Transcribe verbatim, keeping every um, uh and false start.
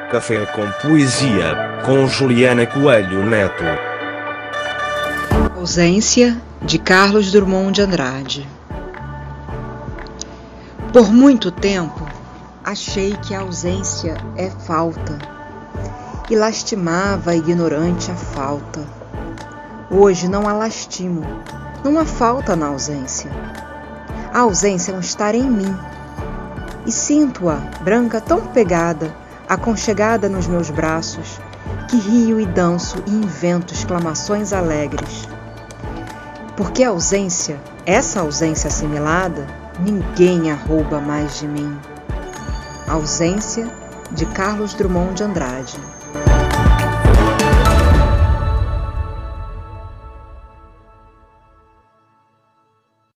Café com Poesia, com Juliana Coelho Neto. Ausência, de Carlos Drummond de Andrade. Por muito tempo, achei que a ausência é falta, e lastimava ignorante a falta. Hoje não a lastimo, não há falta na ausência. A ausência é um estar em mim, e sinto-a, branca tão pegada, aconchegada nos meus braços, que rio e danço e invento exclamações alegres. Porque a ausência, essa ausência assimilada, ninguém a rouba mais de mim. Ausência, de Carlos Drummond de Andrade.